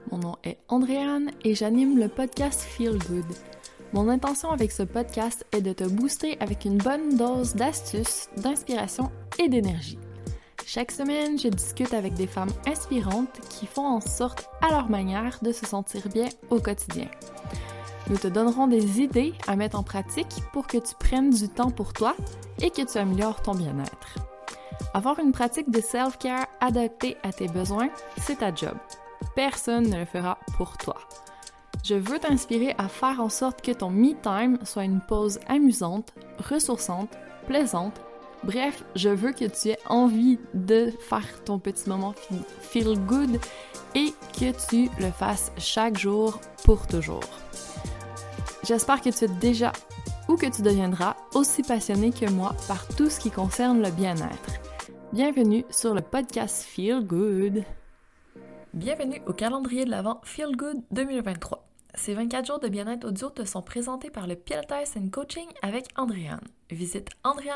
Mon nom est Andréane et j'anime le podcast Feel Good. Mon intention avec ce podcast est de te booster avec une bonne dose d'astuces, d'inspiration et d'énergie. Chaque semaine, je discute avec des femmes inspirantes qui font en sorte, à leur manière, de se sentir bien au quotidien. Nous te donnerons des idées à mettre en pratique pour que tu prennes du temps pour toi et que tu améliores ton bien-être. Avoir une pratique de self-care adaptée à tes besoins, c'est ta job. Personne ne le fera pour toi. Je veux t'inspirer à faire en sorte que ton me-time soit une pause amusante, ressourçante, plaisante. Bref, je veux que tu aies envie de faire ton petit moment feel good et que tu le fasses chaque jour pour toujours. J'espère que tu es déjà ou que tu deviendras aussi passionné que moi par tout ce qui concerne le bien-être. Bienvenue sur le podcast Feel Good. Bienvenue au calendrier de l'Avent Feel Good 2023. Ces 24 jours de bien-être audio te sont présentés par le Pilates & Coaching avec Andréane. Visite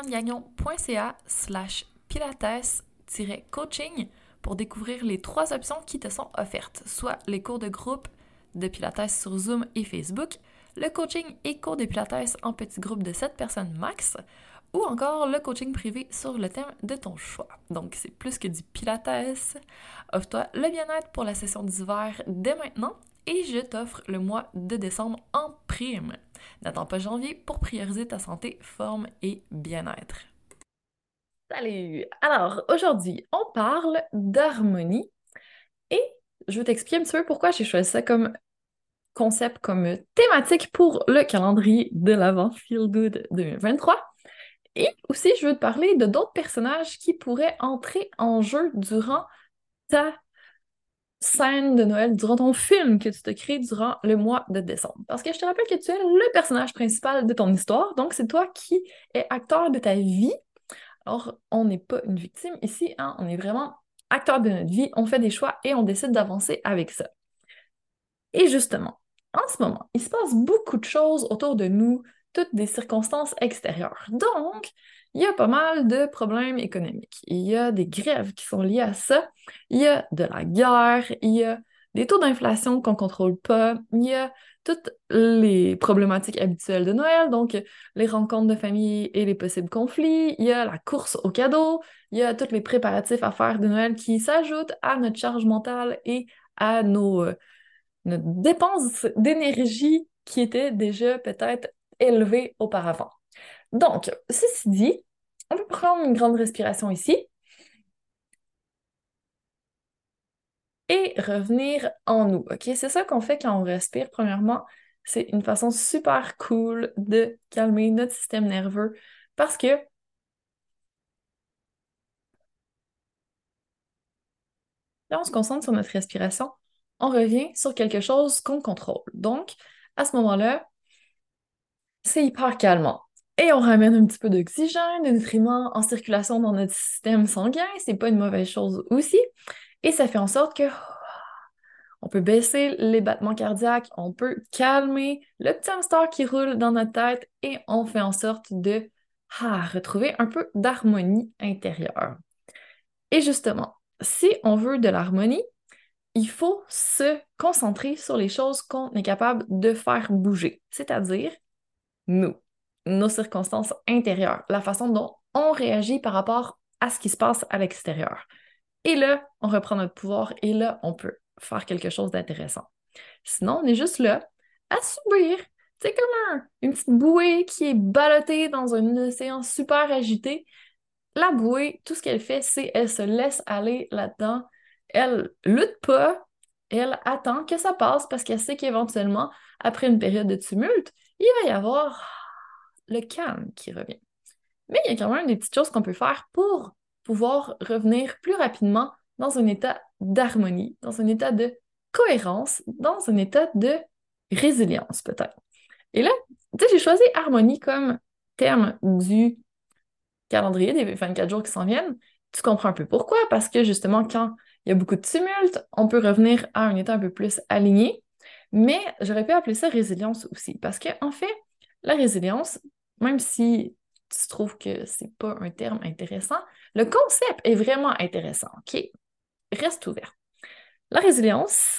andreanegagnon.ca/pilates-coaching pour découvrir les 3 options qui te sont offertes, soit les cours de groupe de Pilates sur Zoom et Facebook, le coaching et cours de Pilates en petits groupes de 7 personnes max, ou encore le coaching privé sur le thème de ton choix. Donc, c'est plus que du Pilates. Offre-toi le bien-être pour la session d'hiver dès maintenant et je t'offre le mois de décembre en prime. N'attends pas janvier pour prioriser ta santé, forme et bien-être. Salut! Alors, aujourd'hui, on parle d'harmonie et je vais t'expliquer un petit peu pourquoi j'ai choisi ça comme concept, comme thématique pour le calendrier de l'Avent Feel Good 2023. Et aussi, je veux te parler de d'autres personnages qui pourraient entrer en jeu durant ta scène de Noël, durant ton film que tu te crées durant le mois de décembre. Parce que je te rappelle que tu es le personnage principal de ton histoire, donc c'est toi qui es acteur de ta vie. Alors, on n'est pas une victime ici, hein? On est vraiment acteur de notre vie, on fait des choix et on décide d'avancer avec ça. Et justement, en ce moment, il se passe beaucoup de choses autour de nous, toutes des circonstances extérieures. Donc, il y a pas mal de problèmes économiques. Il y a des grèves qui sont liées à ça. Il y a de la guerre. Il y a des taux d'inflation qu'on ne contrôle pas. Il y a toutes les problématiques habituelles de Noël, donc les rencontres de famille et les possibles conflits. Il y a la course aux cadeaux. Il y a tous les préparatifs à faire de Noël qui s'ajoutent à notre charge mentale et à notre dépense d'énergie qui était déjà peut-être élevée auparavant. Donc, ceci dit, on peut prendre une grande respiration ici et revenir en nous, ok? C'est ça qu'on fait quand on respire. Premièrement, c'est une façon super cool de calmer notre système nerveux parce que là, on se concentre sur notre respiration, on revient sur quelque chose qu'on contrôle. Donc, à ce moment-là, c'est hyper calmant. Et on ramène un petit peu d'oxygène, de nutriments en circulation dans notre système sanguin, c'est pas une mauvaise chose aussi. Et ça fait en sorte que on peut baisser les battements cardiaques, on peut calmer le petit hamster qui roule dans notre tête et on fait en sorte de retrouver un peu d'harmonie intérieure. Et justement, si on veut de l'harmonie, il faut se concentrer sur les choses qu'on est capable de faire bouger, c'est-à-dire nous, nos circonstances intérieures, la façon dont on réagit par rapport à ce qui se passe à l'extérieur. Et là, on reprend notre pouvoir et là, on peut faire quelque chose d'intéressant. Sinon, on est juste là à subir. C'est comme une petite bouée qui est ballottée dans un océan super agité. La bouée, tout ce qu'elle fait, c'est qu'elle se laisse aller là-dedans. Elle lutte pas, elle attend que ça passe parce qu'elle sait qu'éventuellement, après une période de tumulte, il va y avoir le calme qui revient. Mais il y a quand même des petites choses qu'on peut faire pour pouvoir revenir plus rapidement dans un état d'harmonie, dans un état de cohérence, dans un état de résilience peut-être. Et là, tu sais, j'ai choisi harmonie comme terme du calendrier des 24 jours qui s'en viennent. Tu comprends un peu pourquoi, parce que justement, quand il y a beaucoup de tumulte, on peut revenir à un état un peu plus aligné, mais j'aurais pu appeler ça résilience aussi, parce que en fait, la résilience, même si tu trouves que c'est pas un terme intéressant, le concept est vraiment intéressant, OK? Reste ouvert. La résilience, c'est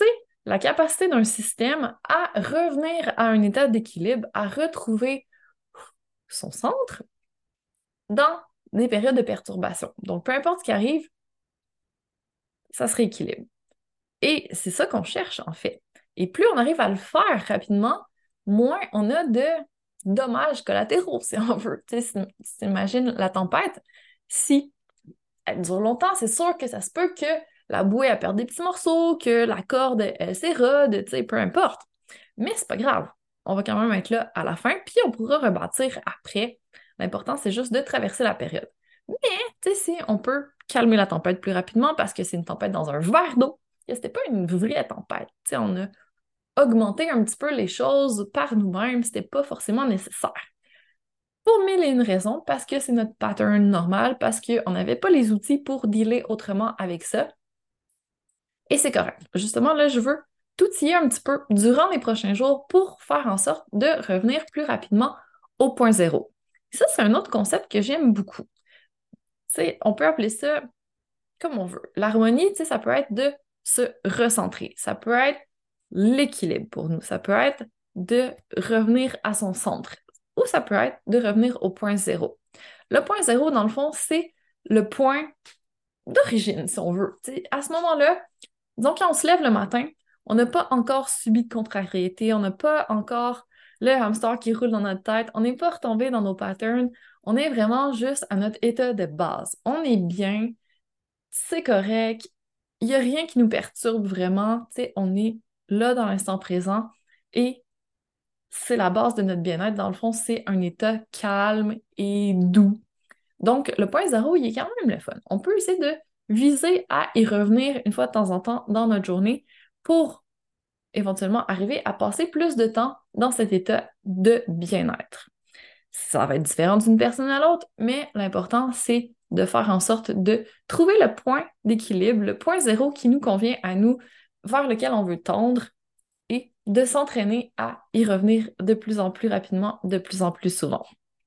la capacité d'un système à revenir à un état d'équilibre, à retrouver son centre dans des périodes de perturbation. Donc, peu importe ce qui arrive, ça se rééquilibre. Et c'est ça qu'on cherche, en fait. Et plus on arrive à le faire rapidement, moins on a de dommages collatéraux, si on veut. Tu sais, si t'imagines la tempête, si elle dure longtemps, c'est sûr que ça se peut que la bouée elle perde des petits morceaux, que la corde elle s'érode, tu sais, peu importe. Mais c'est pas grave. On va quand même être là à la fin, puis on pourra rebâtir après. L'important, c'est juste de traverser la période. Mais, tu sais, si on peut calmer la tempête plus rapidement parce que c'est une tempête dans un verre d'eau, que c'était pas une vraie tempête. Tu sais, on a augmenté un petit peu les choses par nous-mêmes, c'était pas forcément nécessaire. Pour mille et une raisons, parce que c'est notre pattern normal, parce qu'on n'avait pas les outils pour dealer autrement avec ça. Et c'est correct. Justement, là, je veux tout outiller un petit peu durant les prochains jours pour faire en sorte de revenir plus rapidement au point zéro. Ça, c'est un autre concept que j'aime beaucoup. Tu sais, on peut appeler ça comme on veut. L'harmonie, tu sais, ça peut être de se recentrer. Ça peut être l'équilibre pour nous. Ça peut être de revenir à son centre. Ou ça peut être de revenir au point zéro. Le point zéro, dans le fond, c'est le point d'origine, si on veut. Tu sais, à ce moment-là, disons quand on se lève le matin, on n'a pas encore subi de contrariété, on n'a pas encore le hamster qui roule dans notre tête, on n'est pas retombé dans nos patterns, on est vraiment juste à notre état de base. On est bien, c'est correct, il n'y a rien qui nous perturbe vraiment, tu sais, on est là dans l'instant présent et c'est la base de notre bien-être. Dans le fond, c'est un état calme et doux. Donc, le point zéro, il est quand même le fun. On peut essayer de viser à y revenir une fois de temps en temps dans notre journée pour éventuellement arriver à passer plus de temps dans cet état de bien-être. Ça va être différent d'une personne à l'autre, mais l'important, c'est de faire en sorte de trouver le point d'équilibre, le point zéro qui nous convient à nous, vers lequel on veut tendre et de s'entraîner à y revenir de plus en plus rapidement, de plus en plus souvent.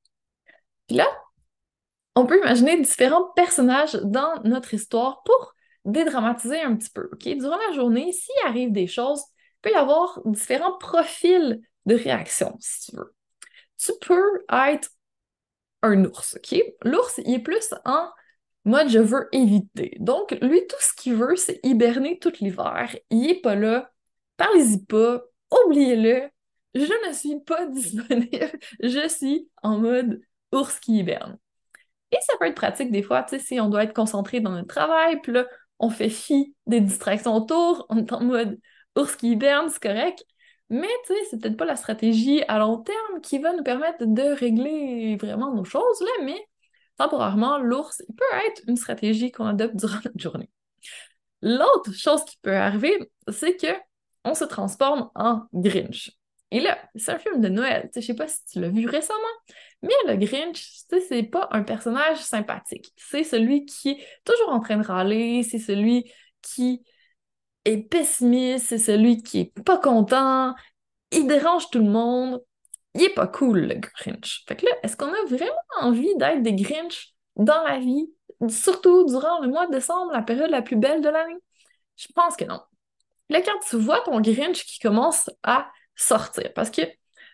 Puis là, on peut imaginer différents personnages dans notre histoire pour dédramatiser un petit peu. OK? Durant la journée, s'il arrive des choses, il peut y avoir différents profils de réaction, si tu veux. Tu peux être un ours, OK? L'ours, il est plus en mode je veux éviter. Donc, lui, tout ce qu'il veut, c'est hiberner tout l'hiver. Il est pas là. Parlez-y pas. Oubliez-le. Je ne suis pas disponible. Je suis en mode ours qui hiberne. Et ça peut être pratique des fois, tu sais, si on doit être concentré dans notre travail, puis là, on fait fi des distractions autour, on est en mode ours qui hiberne, c'est correct. Mais tu sais, c'est peut-être pas la stratégie à long terme qui va nous permettre de régler vraiment nos choses, là, mais temporairement, l'ours, il peut être une stratégie qu'on adopte durant notre journée. L'autre chose qui peut arriver, c'est que on se transforme en Grinch. Et là, c'est un film de Noël. Tu sais, je sais pas si tu l'as vu récemment, mais le Grinch, tu sais, c'est pas un personnage sympathique. C'est celui qui est toujours en train de râler, c'est celui qui est pessimiste, c'est celui qui est pas content, il dérange tout le monde. Il est pas cool, le Grinch. Fait que là, est-ce qu'on a vraiment envie d'être des Grinch dans la vie, surtout durant le mois de décembre, la période la plus belle de l'année? Je pense que non. Là, quand tu vois ton Grinch qui commence à sortir, parce que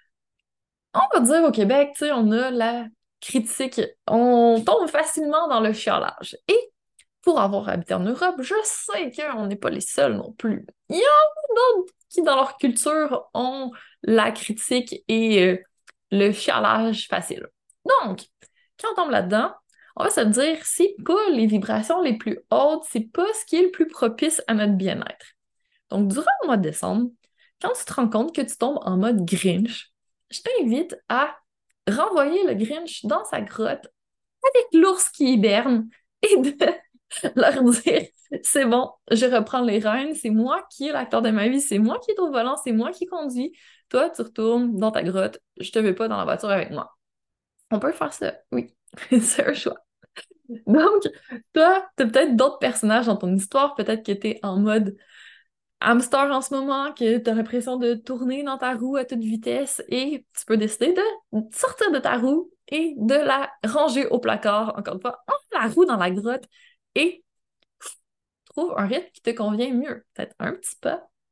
on va dire au Québec, tu sais, on a la critique, on tombe facilement dans le chiolage. Et pour avoir habité en Europe, je sais qu'on n'est pas les seuls non plus. Il y en a d'autres qui, dans leur culture, ont la critique et le chiolage facile. Donc, quand on tombe là-dedans, on va se dire, c'est pas les vibrations les plus hautes, c'est pas ce qui est le plus propice à notre bien-être. Donc, durant le mois de décembre, quand tu te rends compte que tu tombes en mode Grinch, je t'invite à renvoyer le Grinch dans sa grotte avec l'ours qui hiberne et de leur dire, c'est bon, je reprends les rênes, c'est moi qui est l'acteur de ma vie, c'est moi qui est au volant, c'est moi qui conduis. Toi, tu retournes dans ta grotte, je te veux pas dans la voiture avec moi. On peut faire ça, oui, c'est un choix. Donc, toi, t'as peut-être d'autres personnages dans ton histoire, peut-être que t'es en mode hamster en ce moment, que tu as l'impression de tourner dans ta roue à toute vitesse et tu peux décider de sortir de ta roue et de la ranger au placard, encore une fois, entre la roue dans la grotte et trouve un rythme qui te convient mieux. Peut-être un petit pas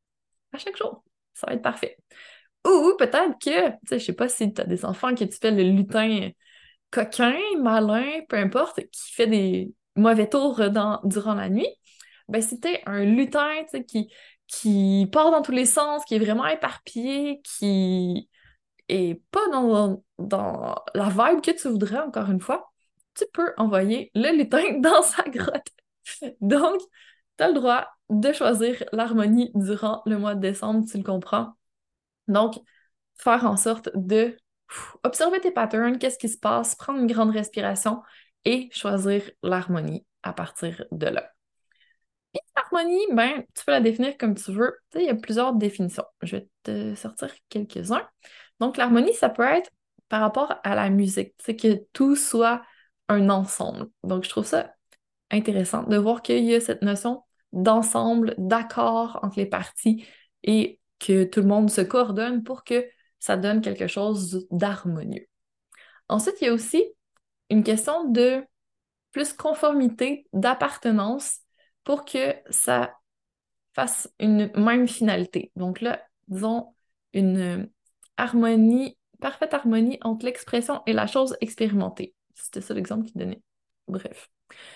à chaque jour. Ça va être parfait. Ou peut-être que, tu sais, je sais pas si tu as des enfants que tu fais le lutin coquin, malin, peu importe, qui fait des mauvais tours durant la nuit. Ben, si t'es un lutin, tu sais, qui part dans tous les sens, qui est vraiment éparpillé, qui est pas dans la vibe que tu voudrais, encore une fois, tu peux envoyer le lutin dans sa grotte. Donc, tu as le droit de choisir l'harmonie durant le mois de décembre, tu le comprends. Donc, faire en sorte de observer tes patterns, qu'est-ce qui se passe, prendre une grande respiration et choisir l'harmonie à partir de là. Et l'harmonie, ben, tu peux la définir comme tu veux. Tu sais, il y a plusieurs définitions. Je vais te sortir quelques-uns. Donc, l'harmonie, ça peut être par rapport à la musique, c'est que tout soit un ensemble. Donc, je trouve ça intéressant de voir qu'il y a cette notion d'ensemble, d'accord entre les parties et que tout le monde se coordonne pour que ça donne quelque chose d'harmonieux. Ensuite, il y a aussi une question de plus conformité, d'appartenance pour que ça fasse une même finalité. Donc là, disons une harmonie, parfaite harmonie entre l'expression et la chose expérimentée. C'était ça l'exemple qu'il donnait. Bref.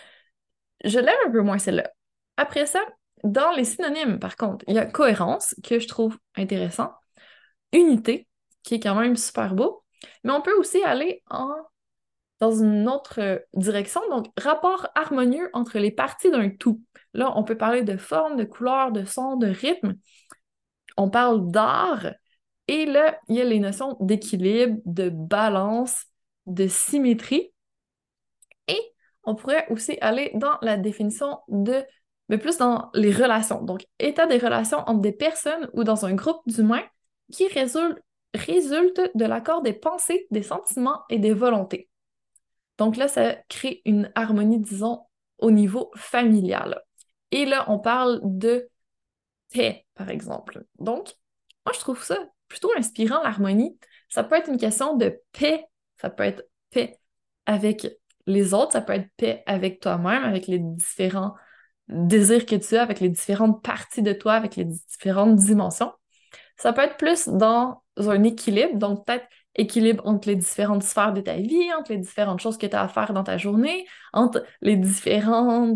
Je l'aime un peu moins celle-là. Après ça, dans les synonymes, par contre, il y a cohérence, que je trouve intéressant, unité, qui est quand même super beau, mais on peut aussi aller dans une autre direction, donc rapport harmonieux entre les parties d'un tout. Là, on peut parler de forme, de couleur, de son, de rythme. On parle d'art. Et là, il y a les notions d'équilibre, de balance, de symétrie. Et on pourrait aussi aller dans la définition mais plus dans les relations. Donc, état des relations entre des personnes ou dans un groupe d'humains qui résulte de l'accord des pensées, des sentiments et des volontés. Donc là, ça crée une harmonie, disons, au niveau familial. Et là, on parle de paix, par exemple. Donc, moi, je trouve ça plutôt inspirant, l'harmonie. Ça peut être une question de paix, ça peut être paix avec les autres, ça peut être paix avec toi-même, avec les différents désirs que tu as, avec les différentes parties de toi, avec les différentes dimensions. Ça peut être plus dans un équilibre, donc peut-être équilibre entre les différentes sphères de ta vie, entre les différentes choses que tu as à faire dans ta journée, entre les différentes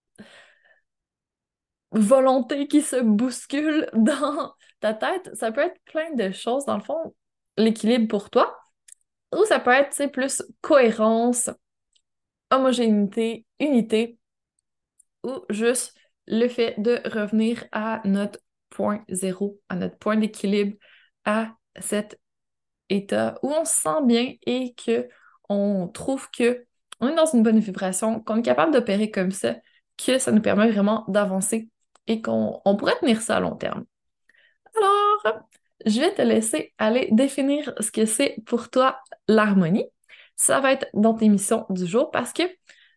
volontés qui se bousculent dans ta tête. Ça peut être plein de choses, dans le fond, l'équilibre pour toi. Ou ça peut être, tu sais, plus cohérence, homogénéité, unité, ou juste le fait de revenir à notre point zéro, à notre point d'équilibre, à cet état où on se sent bien et que on trouve que on est dans une bonne vibration, qu'on est capable d'opérer comme que ça nous permet vraiment d'avancer et qu'on pourrait tenir ça à long terme. Alors, je vais te laisser aller définir ce que c'est pour toi l'harmonie. Ça va être dans tes missions du jour parce que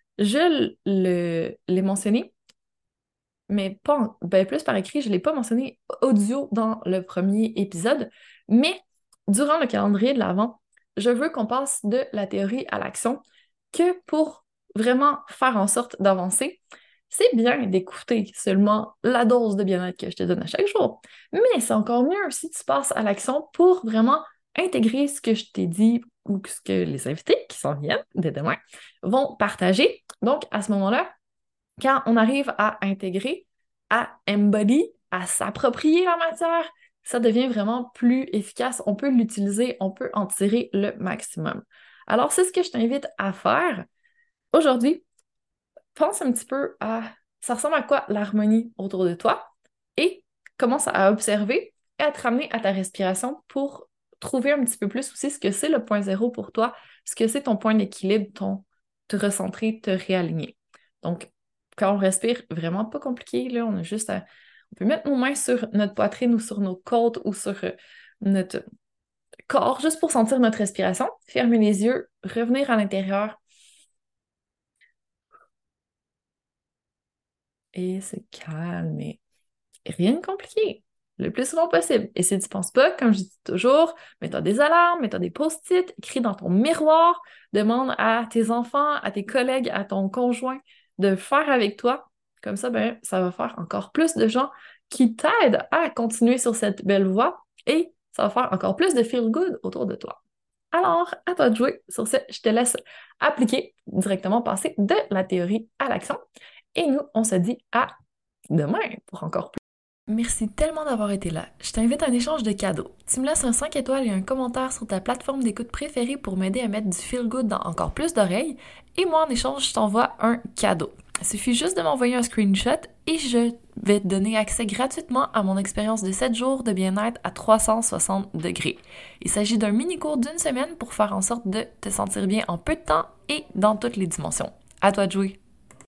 l'ai mentionné, mais pas ben plus par écrit, je ne l'ai pas mentionné audio dans le premier épisode, mais durant le calendrier de l'Avent, je veux qu'on passe de la théorie à l'action, que pour vraiment faire en sorte d'avancer, c'est bien d'écouter seulement la dose de bien-être que je te donne à chaque jour, mais c'est encore mieux si tu passes à l'action pour vraiment intégrer ce que je t'ai dit ou ce que les invités qui s'en viennent dès demain vont partager. Donc, à ce moment-là, quand on arrive à intégrer, à embody, à s'approprier la matière, ça devient vraiment plus efficace. On peut l'utiliser, on peut en tirer le maximum. Alors, c'est ce que je t'invite à faire. Aujourd'hui, pense un petit peu à ça ressemble à quoi l'harmonie autour de toi et commence à observer et à te ramener à ta respiration pour trouver un petit peu plus aussi ce que c'est le point zéro pour toi, ce que c'est ton point d'équilibre, te recentrer, te réaligner. Donc, quand on respire, vraiment pas compliqué, là, on peut mettre nos mains sur notre poitrine ou sur nos côtes ou sur notre corps juste pour sentir notre respiration, fermer les yeux, revenir à l'intérieur et se calmer. Rien de compliqué. Le plus souvent possible. Et si tu penses pas, comme je dis toujours, mets-toi des alarmes, mets-toi des post-it, écris dans ton miroir, demande à tes enfants, à tes collègues, à ton conjoint de le faire avec toi. Comme ça, ben, ça va faire encore plus de gens qui t'aide à continuer sur cette belle voie et ça va faire encore plus de feel good autour de toi. Alors, à toi de jouer. Sur ce, je te laisse appliquer directement, passer de la théorie à l'action. Et nous, on se dit à demain pour encore plus. Merci tellement d'avoir été là. Je t'invite à un échange de cadeaux. Tu me laisses un 5 étoiles et un commentaire sur ta plateforme d'écoute préférée pour m'aider à mettre du feel good dans encore plus d'oreilles. Et moi, en échange, je t'envoie un cadeau. Il suffit juste de m'envoyer un screenshot et je vais te donner accès gratuitement à mon expérience de 7 jours de bien-être à 360 degrés. Il s'agit d'un mini-cours d'une semaine pour faire en sorte de te sentir bien en peu de temps et dans toutes les dimensions. À toi de jouer!